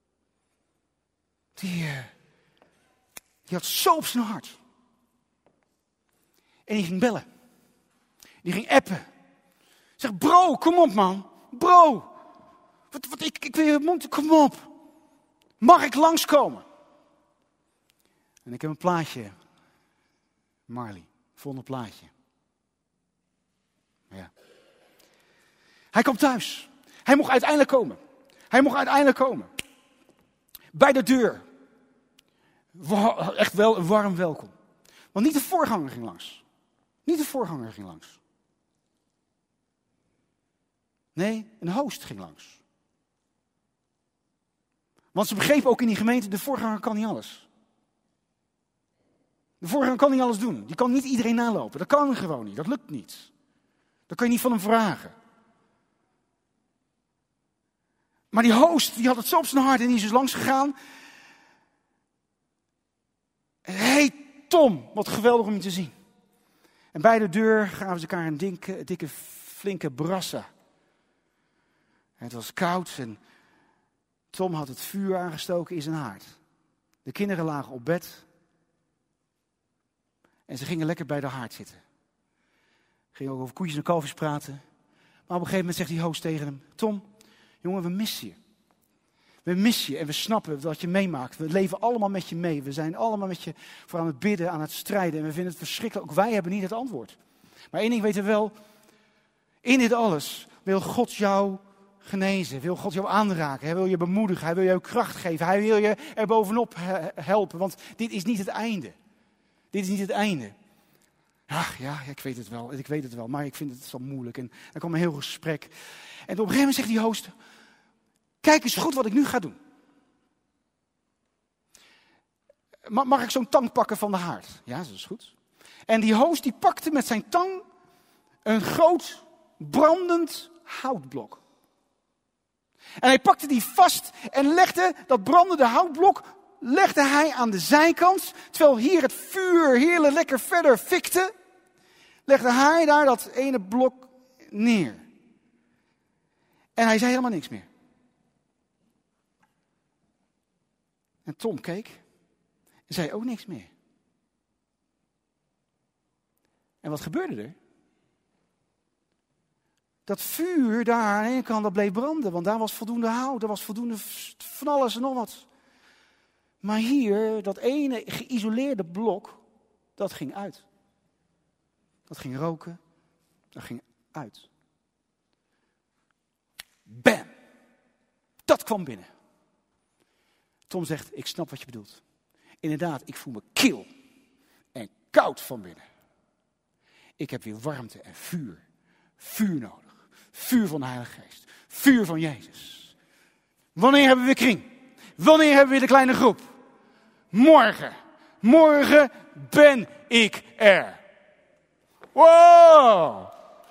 die had zo op zijn hart. En die ging bellen. Die ging appen. Zeg, bro, kom op man. Bro, ik wil je mond, kom op. Mag ik langskomen? En ik heb een plaatje. Marley, volgende plaatje. Ja. Hij kwam thuis. Hij mocht uiteindelijk komen. Bij de deur. Echt wel een warm welkom. Want niet de voorganger ging langs. Nee, een host ging langs. Want ze begrepen ook in die gemeente, de voorganger kan niet alles. De voorganger kan niet alles doen. Die kan niet iedereen nalopen. Dat kan gewoon niet. Dat lukt niet. Dat kan je niet van hem vragen. Maar die host, die had het zo op zijn hart en die is dus langs gegaan. Hey Tom, wat geweldig om je te zien. En bij de deur gaven ze elkaar een dikke flinke brassa. En het was koud en Tom had het vuur aangestoken in zijn haard. De kinderen lagen op bed. En ze gingen lekker bij de haard zitten. Gingen ook over koetjes en kalfjes praten. Maar op een gegeven moment zegt die host tegen hem: Tom, jongen, we missen je. We missen je en we snappen wat je meemaakt. We leven allemaal met je mee. We zijn allemaal met je voor aan het bidden, aan het strijden. En we vinden het verschrikkelijk. Ook wij hebben niet het antwoord. Maar één ding weten we wel. In dit alles wil God jou genezen. Wil God jou aanraken. Hij wil je bemoedigen. Hij wil jou kracht geven. Hij wil je er bovenop helpen. Want dit is niet het einde. Dit is niet het einde. Ach ja, ik weet het wel. Maar ik vind het zo moeilijk. En er kwam een heel gesprek. En op een gegeven moment zegt die host: kijk eens goed wat ik nu ga doen. Mag ik zo'n tang pakken van de haard? Ja, dat is goed. En die host die pakte met zijn tang een groot brandend houtblok. En hij pakte die vast en legde dat brandende houtblok aan de zijkant. Terwijl hier het vuur heerlijk lekker verder fikte, legde hij daar dat ene blok neer. En hij zei helemaal niks meer. En Tom keek en zei ook niks meer. En wat gebeurde er? Dat vuur daar aan de ene kant, dat bleef branden, want daar was voldoende hout, daar was voldoende van alles en nog wat. Maar hier, dat ene geïsoleerde blok, dat ging uit. Dat ging roken, dat ging uit. Bam! Dat kwam binnen. Tom zegt: ik snap wat je bedoelt. Inderdaad, ik voel me kil en koud van binnen. Ik heb weer warmte en vuur. Vuur nodig. Vuur van de Heilige Geest. Vuur van Jezus. Wanneer hebben we weer kring? Wanneer hebben we weer de kleine groep? Morgen. Morgen ben ik er. Wow!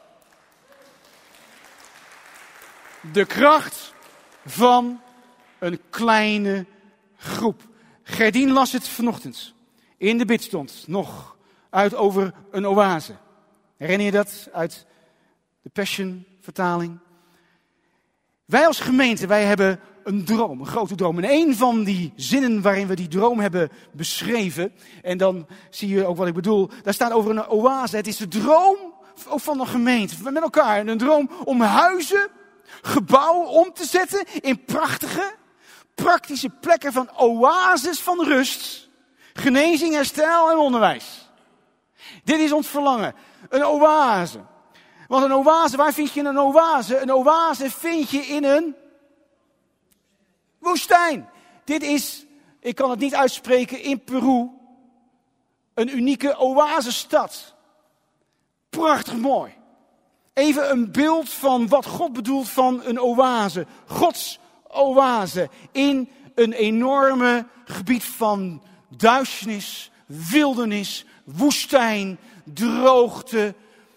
De kracht van een kleine groep. Gerdien las het vanochtend. In de bidstond nog uit over een oase. Herinner je dat uit de Passion vertaling? Wij als gemeente, wij hebben een droom, een grote droom. En een van die zinnen waarin we die droom hebben beschreven, en dan zie je ook wat ik bedoel, daar staat over een oase. Het is de droom ook van een gemeente, met elkaar. Een droom om huizen, gebouwen om te zetten in prachtige, praktische plekken van oases van rust, genezing, herstel en onderwijs. Dit is ons verlangen. Een oase. Want een oase, waar vind je een oase? Een oase vind je in een woestijn. Dit is, ik kan het niet uitspreken, in Peru een unieke oasestad. Prachtig mooi. Even een beeld van wat God bedoelt van een oase. Gods oase in een enorme gebied van duisternis, wildernis, woestijn, droogte.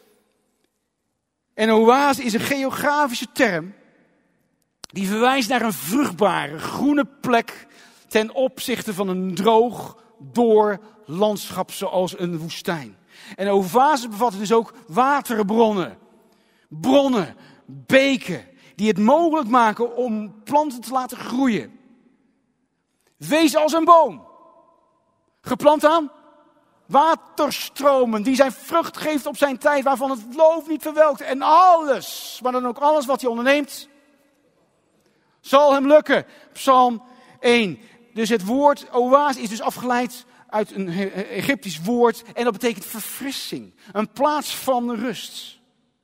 En oase is een geografische term die verwijst naar een vruchtbare, groene plek ten opzichte van een droog, door landschap zoals een woestijn. En oases bevatten dus ook waterbronnen, bronnen, beken, die het mogelijk maken om planten te laten groeien. Wees als een boom, geplant aan waterstromen, die zijn vrucht geeft op zijn tijd, waarvan het loof niet verwelkt. En alles, maar dan ook alles wat hij onderneemt, zal hem lukken. Psalm 1. Dus het woord oase is dus afgeleid uit een Egyptisch woord. En dat betekent verfrissing. Een plaats van rust.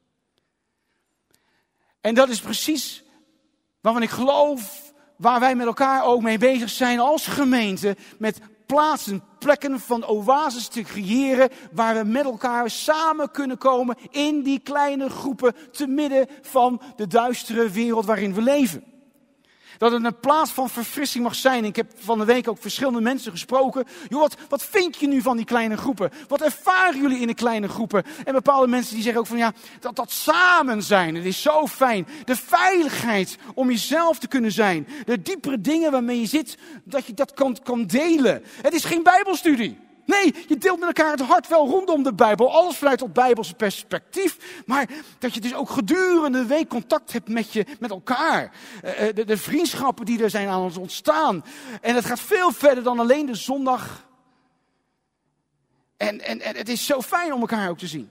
En dat is precies waarvan ik geloof, waar wij met elkaar ook mee bezig zijn als gemeente. Met plaatsen, plekken van oases te creëren, waar we met elkaar samen kunnen komen in die kleine groepen te midden van de duistere wereld waarin we leven. Dat het een plaats van verfrissing mag zijn. Ik heb van de week ook verschillende mensen gesproken. Joh, wat vind je nu van die kleine groepen? Wat ervaren jullie in de kleine groepen? En bepaalde mensen die zeggen ook van ja, dat samen zijn, het is zo fijn. De veiligheid om jezelf te kunnen zijn. De diepere dingen waarmee je zit, dat je dat kan delen. Het is geen bijbelstudie. Nee, je deelt met elkaar het hart wel rondom de Bijbel. Alles vanuit dat Bijbelse perspectief. Maar dat je dus ook gedurende de week contact hebt met elkaar. De vriendschappen die er zijn aan ons ontstaan. En het gaat veel verder dan alleen de zondag. En het is zo fijn om elkaar ook te zien.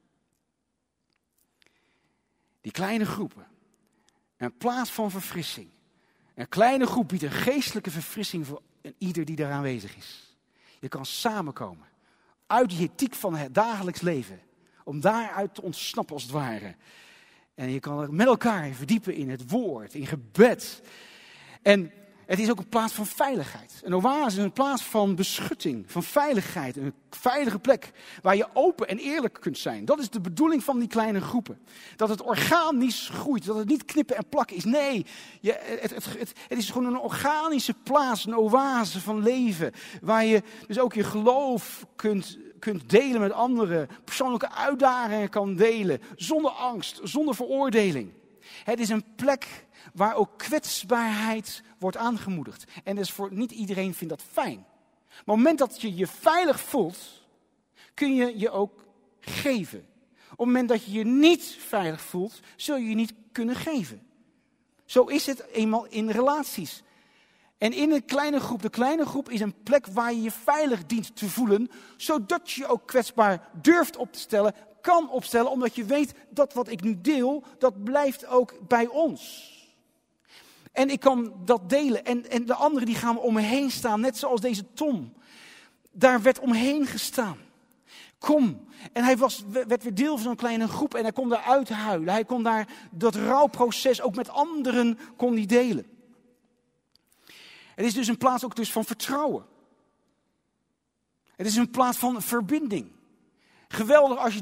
Die kleine groepen. Een plaats van verfrissing. Een kleine groep biedt een geestelijke verfrissing voor ieder die daar aanwezig is. Je kan samenkomen uit die ethiek van het dagelijks leven. Om daaruit te ontsnappen als het ware. En je kan met elkaar verdiepen in het woord, in gebed. En het is ook een plaats van veiligheid. Een oase is een plaats van beschutting, van veiligheid. Een veilige plek waar je open en eerlijk kunt zijn. Dat is de bedoeling van die kleine groepen. Dat het organisch groeit, dat het niet knippen en plakken is. Nee, het is gewoon een organische plaats, een oase van leven. Waar je dus ook je geloof kunt delen met anderen. Persoonlijke uitdagingen kan delen. Zonder angst, zonder veroordeling. Het is een plek waar ook kwetsbaarheid wordt aangemoedigd. En dus voor niet iedereen vindt dat fijn. Maar op het moment dat je je veilig voelt, kun je je ook geven. Op het moment dat je je niet veilig voelt, zul je je niet kunnen geven. Zo is het eenmaal in relaties. En in een kleine groep, de kleine groep is een plek waar je je veilig dient te voelen, zodat je je ook kwetsbaar durft op te stellen, kan opstellen, omdat je weet dat wat ik nu deel, dat blijft ook bij ons. En ik kan dat delen. En de anderen die gaan om me heen staan, net zoals deze Tom. Daar werd omheen gestaan. Kom. En hij werd weer deel van zo'n kleine groep en hij kon daar uithuilen. Hij kon daar dat rouwproces ook met anderen kon die delen. Het is dus een plaats ook dus van vertrouwen. Het is een plaats van verbinding. Geweldig als je dus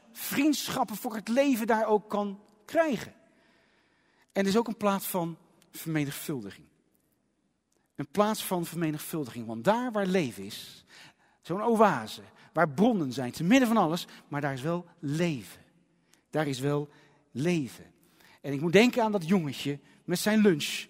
vriendschappen voor het leven daar ook kan krijgen. En het is ook een plaats van vermenigvuldiging. Een plaats van vermenigvuldiging. Want daar waar leven is, zo'n oase, waar bronnen zijn, te midden van alles, maar daar is wel leven. Daar is wel leven. En ik moet denken aan dat jongetje met zijn lunch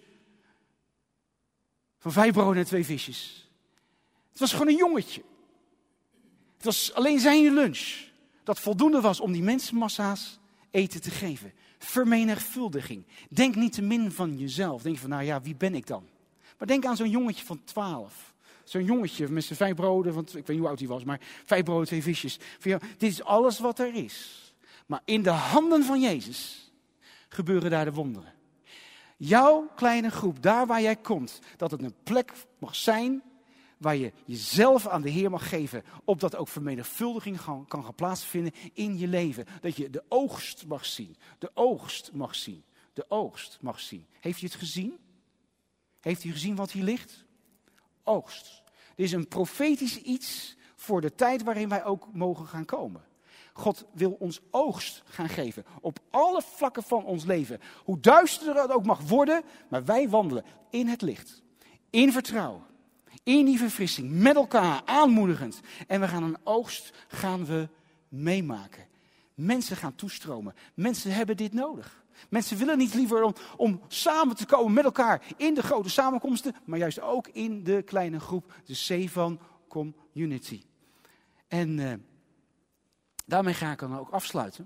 van 5 broden en 2 visjes. Het was gewoon een jongetje. Het was alleen zijn lunch dat voldoende was om die mensenmassa's eten te geven. Vermenigvuldiging. Denk niet te min van jezelf. Denk van, nou ja, wie ben ik dan? Maar denk aan zo'n jongetje van 12. Zo'n jongetje met zijn 5 broden, want ik weet niet hoe oud hij was, maar 5 broden, 2 visjes. Van, ja, dit is alles wat er is. Maar in de handen van Jezus gebeuren daar de wonderen. Jouw kleine groep, daar waar jij komt, dat het een plek mag zijn waar je jezelf aan de Heer mag geven, opdat ook vermenigvuldiging kan gaan plaatsvinden in je leven. Dat je de oogst mag zien. De oogst mag zien. De oogst mag zien. Heeft u het gezien? Heeft u gezien wat hier ligt? Oogst. Dit is een profetisch iets voor de tijd waarin wij ook mogen gaan komen. God wil ons oogst gaan geven op alle vlakken van ons leven. Hoe duister het ook mag worden, maar wij wandelen in het licht. In vertrouwen. In die verfrissing. Met elkaar aanmoedigend. En we gaan een oogst meemaken. Mensen gaan toestromen. Mensen hebben dit nodig. Mensen willen niet liever om samen te komen met elkaar in de grote samenkomsten, maar juist ook in de kleine groep, de Sevan Community. En daarmee ga ik dan ook afsluiten.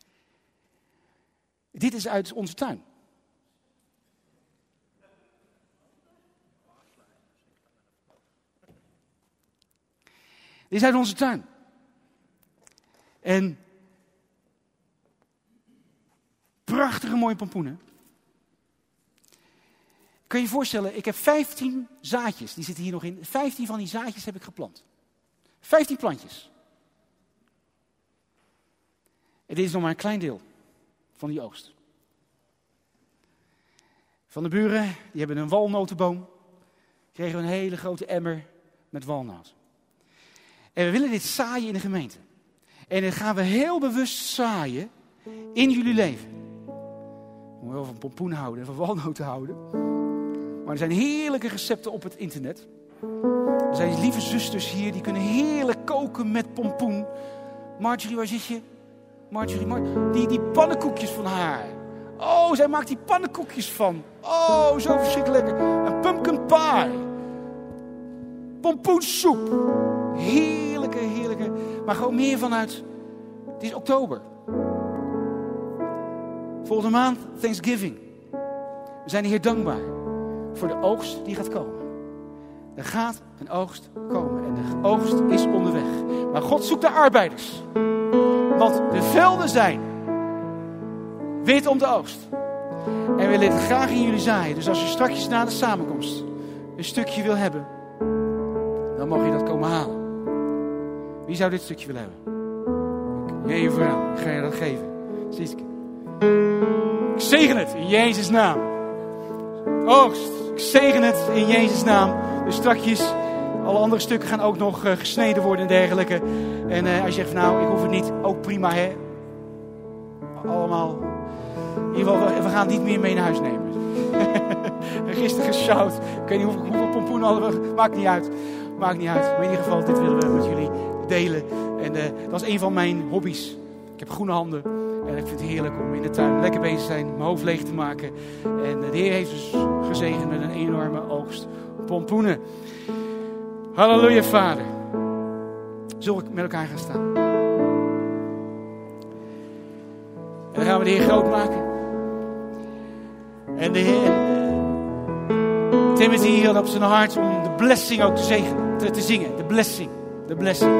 Dit is uit onze tuin. Dit is uit onze tuin. En prachtige mooie pompoenen. Kun je je voorstellen, ik heb 15 zaadjes, die zitten hier nog in. 15 van die zaadjes heb ik geplant. 15 plantjes. En dit is nog maar een klein deel van die oogst. Van de buren, die hebben een walnotenboom. Kregen we een hele grote emmer met walnoten. En we willen dit zaaien in de gemeente. En dat gaan we heel bewust zaaien in jullie leven. We moeten wel van pompoen houden en van walnoten houden. Maar er zijn heerlijke recepten op het internet. Er zijn lieve zusters hier, die kunnen heerlijk koken met pompoen. Marjorie, waar zit je? Marjorie, die pannenkoekjes van haar. Oh, zij maakt die pannenkoekjes van. Oh, zo verschrikkelijk lekker. Een pumpkin pie. Pompoensoep. Heerlijke. Maar gewoon meer vanuit. Het is oktober. Volgende maand, Thanksgiving. We zijn de Heer dankbaar voor de oogst die gaat komen. Er gaat een oogst komen en de oogst is onderweg. Maar God zoekt de arbeiders. Want de velden zijn wit om de oogst. En we willen het graag in jullie zaaien. Dus als je straks na de samenkomst een stukje wil hebben, dan mag je dat komen halen. Wie zou dit stukje willen hebben? Jij je vrouw, ik ga je dat geven. Sietske. Ik zegen het in Jezus' naam. Oogst, ik zegen het in Jezus' naam. Dus strakjes, alle andere stukken gaan ook nog gesneden worden en dergelijke. En als je zegt, nou, ik hoef het niet, ook prima, hè. Allemaal. In ieder geval, we gaan het niet meer mee naar huis nemen. Gisteren geshout. Ik weet niet hoeveel pompoenen hadden we. Maakt niet uit. Maar in ieder geval, dit willen we met jullie delen. En dat is een van mijn hobby's. Ik heb groene handen. En ik vind het heerlijk om in de tuin lekker bezig te zijn. Mijn hoofd leeg te maken. En de Heer heeft dus gezegend met een enorme oogst pompoenen. Halleluja, Vader. Zullen we met elkaar gaan staan? En dan gaan we de Heer groot maken. En de Heer... Timothy had op zijn hart om de blessing ook te zingen. De blessing. De blessing.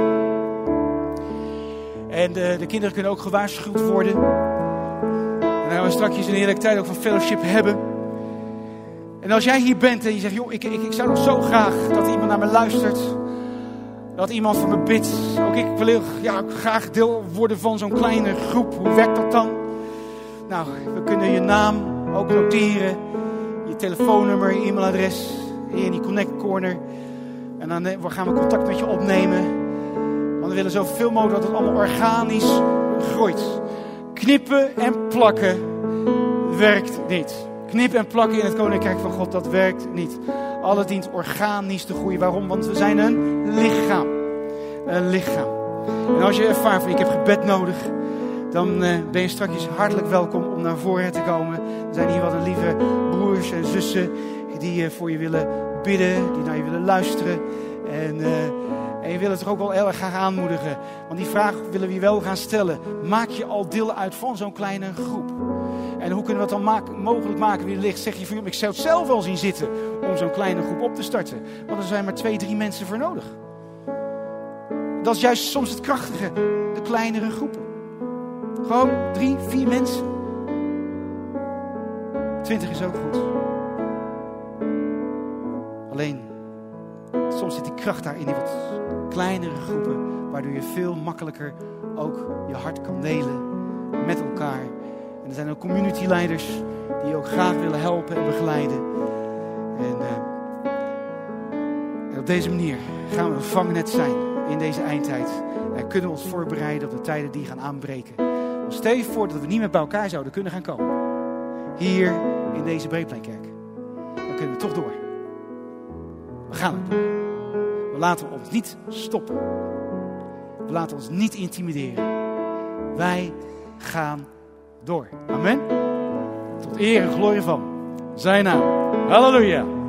En de kinderen kunnen ook gewaarschuwd worden. En dan gaan we straks een heerlijke tijd ook van fellowship hebben. En als jij hier bent en je zegt, joh, ik zou nog zo graag dat iemand naar me luistert. Dat iemand voor me bidt. Ook ik wil graag deel worden van zo'n kleine groep. Hoe werkt dat dan? Nou, we kunnen je naam ook noteren. Je telefoonnummer, je e-mailadres. Hier in die Connect Corner. En dan gaan we contact met je opnemen. Want we willen zoveel mogelijk dat het allemaal organisch groeit. Knippen en plakken werkt niet. Knippen en plakken in het Koninkrijk van God, dat werkt niet. Alles dient organisch te groeien. Waarom? Want we zijn een lichaam. Een lichaam. En als je ervaart van ik heb gebed nodig, dan ben je straks hartelijk welkom om naar voren te komen. Er zijn hier wat een lieve broers en zussen die voor je willen bidden, die naar je willen luisteren. En je wil het toch ook wel heel erg graag aanmoedigen. Want die vraag willen we je wel gaan stellen. Maak je al deel uit van zo'n kleine groep? En hoe kunnen we het dan mogelijk maken wie er ligt? Zeg je van, ik zou het zelf wel zien zitten om zo'n kleine groep op te starten. Want er zijn maar 2-3 mensen voor nodig. Dat is juist soms het krachtige. De kleinere groepen. Gewoon 3-4 mensen. 20 is ook goed. Alleen, soms zit die kracht daar in die wat kleinere groepen. Waardoor je veel makkelijker ook je hart kan delen met elkaar. En er zijn ook community leiders die je ook graag willen helpen en begeleiden. En op deze manier gaan we een vangnet zijn in deze eindtijd. En kunnen we ons voorbereiden op de tijden die gaan aanbreken. Want stel je voor dat we niet meer bij elkaar zouden kunnen gaan komen. Hier in deze Breedpleinkerk. Dan kunnen we toch door. We gaan het doen. We laten ons niet stoppen. We laten ons niet intimideren. Wij gaan door. Amen. Tot eer en glorie van zijn naam. Halleluja.